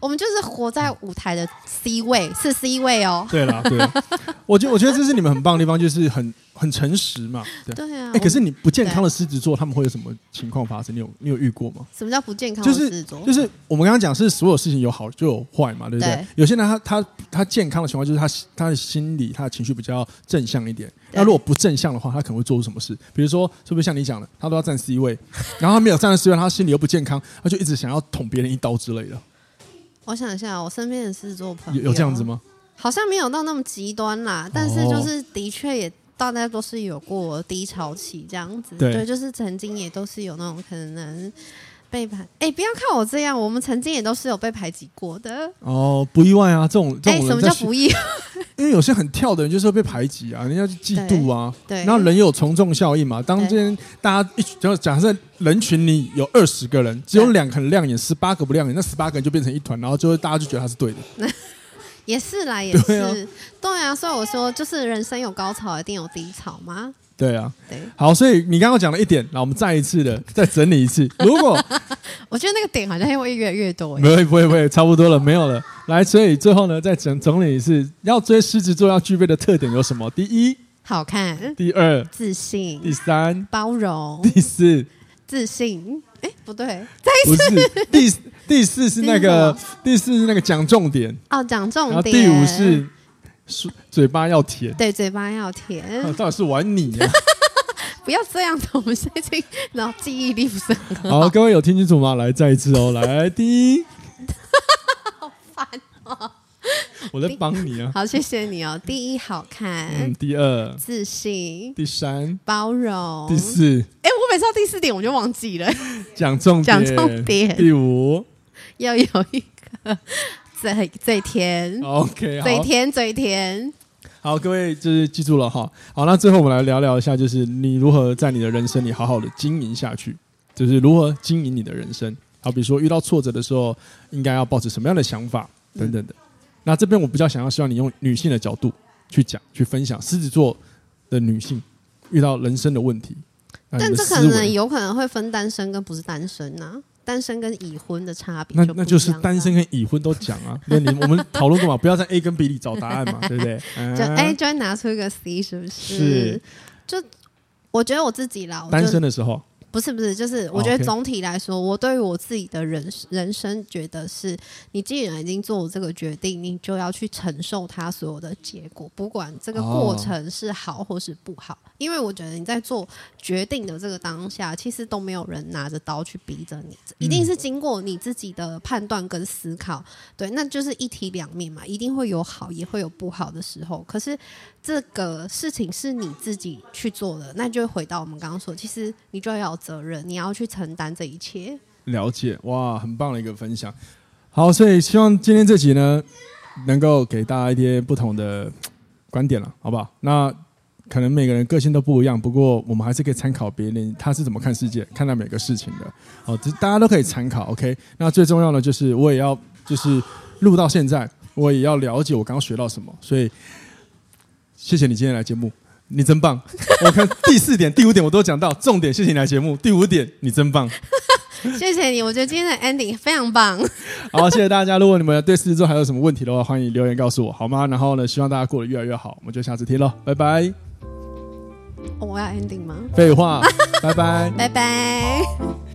我们就是活在舞台的 C 位，是 C 位哦。 对啦，对啦，我觉得这是你们很棒的地方，就是很诚实嘛。 对啊。 可是你不健康的狮子座，他们会有什么情况发生？你有遇过吗？ 什么叫不健康的狮子座？ 就是我们刚刚讲是所有事情有好就有坏嘛，对不对？有些人他健康的情况就是他的心理他的情绪比较正向一点。那如果不正向的话，他可能会做出什么事？比如说，是不是像你讲的，他都要站 C 位，然后他没有站在 C 位，他心理又不健康，他就一直想要捅别人一刀之类的。 我想一下，我身边的狮子座朋友有这样子吗？ 好像没有到那么极端啦，但是就是的确也大家都是有过低潮期这样子。对，就是曾经也都是有那种可能被排。不要看我这样，我们曾经也都是有被排挤过的。哦， 不意外啊，这种人什么叫不意外？ 因为有些很跳的人就是会被排挤啊，人家就嫉妒啊。对，然后人有从众效应嘛。当今天大家就假设人群里有20个人，只有2个很亮眼，18个不亮眼，那18个人就变成一团，然后就大家就觉得他是对的。 也是啦，也是，对啊，所以我说，就是人生有高潮，一定有低潮吗？ 对啊，对，好，所以你刚刚讲了一点，那我们再一次的再整理一次。如果我觉得那个点好像会越来越多， 不会，差不多了，没有了。来，所以最后呢，再整理一次，要追狮子座要具备的特点有什么？第一， 好看； 第二， 自信； 第三， 包容； 第四， 自信。不对，再一次， 第四是那个讲重点哦，讲重点。然后第五是嘴巴要甜， 对，嘴巴要甜。 到底是玩你啊？ 不要这样子，我们最近然后记忆力不是很好。好，各位有听清楚吗？来，再一次哦，来，第一， 好烦哦。 我在帮你啊。 好，谢谢你哦。第一，好看。 第二， 自信。 第三， 包容。 第四， 我每次到第4点我就忘记了。 讲重点。第五， 要有一个最甜。 OK， 最甜。 好，各位就是记住了哈。好，那最后我们来聊聊一下，就是你如何在你的人生里好好的经营下去，就是如何经营你的人生。好，比如说遇到挫折的时候，应该要抱持什么样的想法等等的。那这边我比较希望你用女性的角度去讲、去分享狮子座的女性遇到人生的问题。 但这可能有可能会分单身跟不是单身啊，单身跟已婚的差别那就是单身跟已婚都讲啊。我们讨论过嘛，不要在 A 跟 B 里找答案嘛，对不对？ 就 A 就会拿出一个 C， 是不是？是。就我觉得我自己啦， 单身的时候。 不是，就是我觉得总体来说，我对于我自己的人生觉得是，你既然已经做这个决定，你就要去承受它所有的结果，不管这个过程是好或是不好。因为我觉得你在做决定的这个当下，其实都没有人拿着刀去逼着你，一定是经过你自己的判断跟思考。对，那就是一体两面嘛，一定会有好，也会有不好的时候。可是这个事情是你自己去做的，那就会回到我们刚刚说，其实你就要有责任，你要去承担这一切。 了解，哇，很棒的一个分享。好，所以希望今天这集呢，能够给大家一些不同的观点了，好不好？那可能每个人个性都不一样，不过我们还是可以参考别人他是怎么看世界、看待每个事情的。好，大家都可以参考。OK， 那最重要的就是我也要就是录到现在，我也要了解我刚刚学到什么，所以。谢谢你今天来节目，你真棒！我看第4点、第5点我都讲到重点，谢谢你来节目。第5点，你真棒！ 谢谢你，我觉得今天的 ending 非常棒。 好，谢谢大家。如果你们对狮子座还有什么问题的话，欢迎留言告诉我，好吗？然后呢，希望大家过得越来越好，我们就下次听咯，拜拜。 我要 ending 吗？ 废话，拜拜， 拜拜。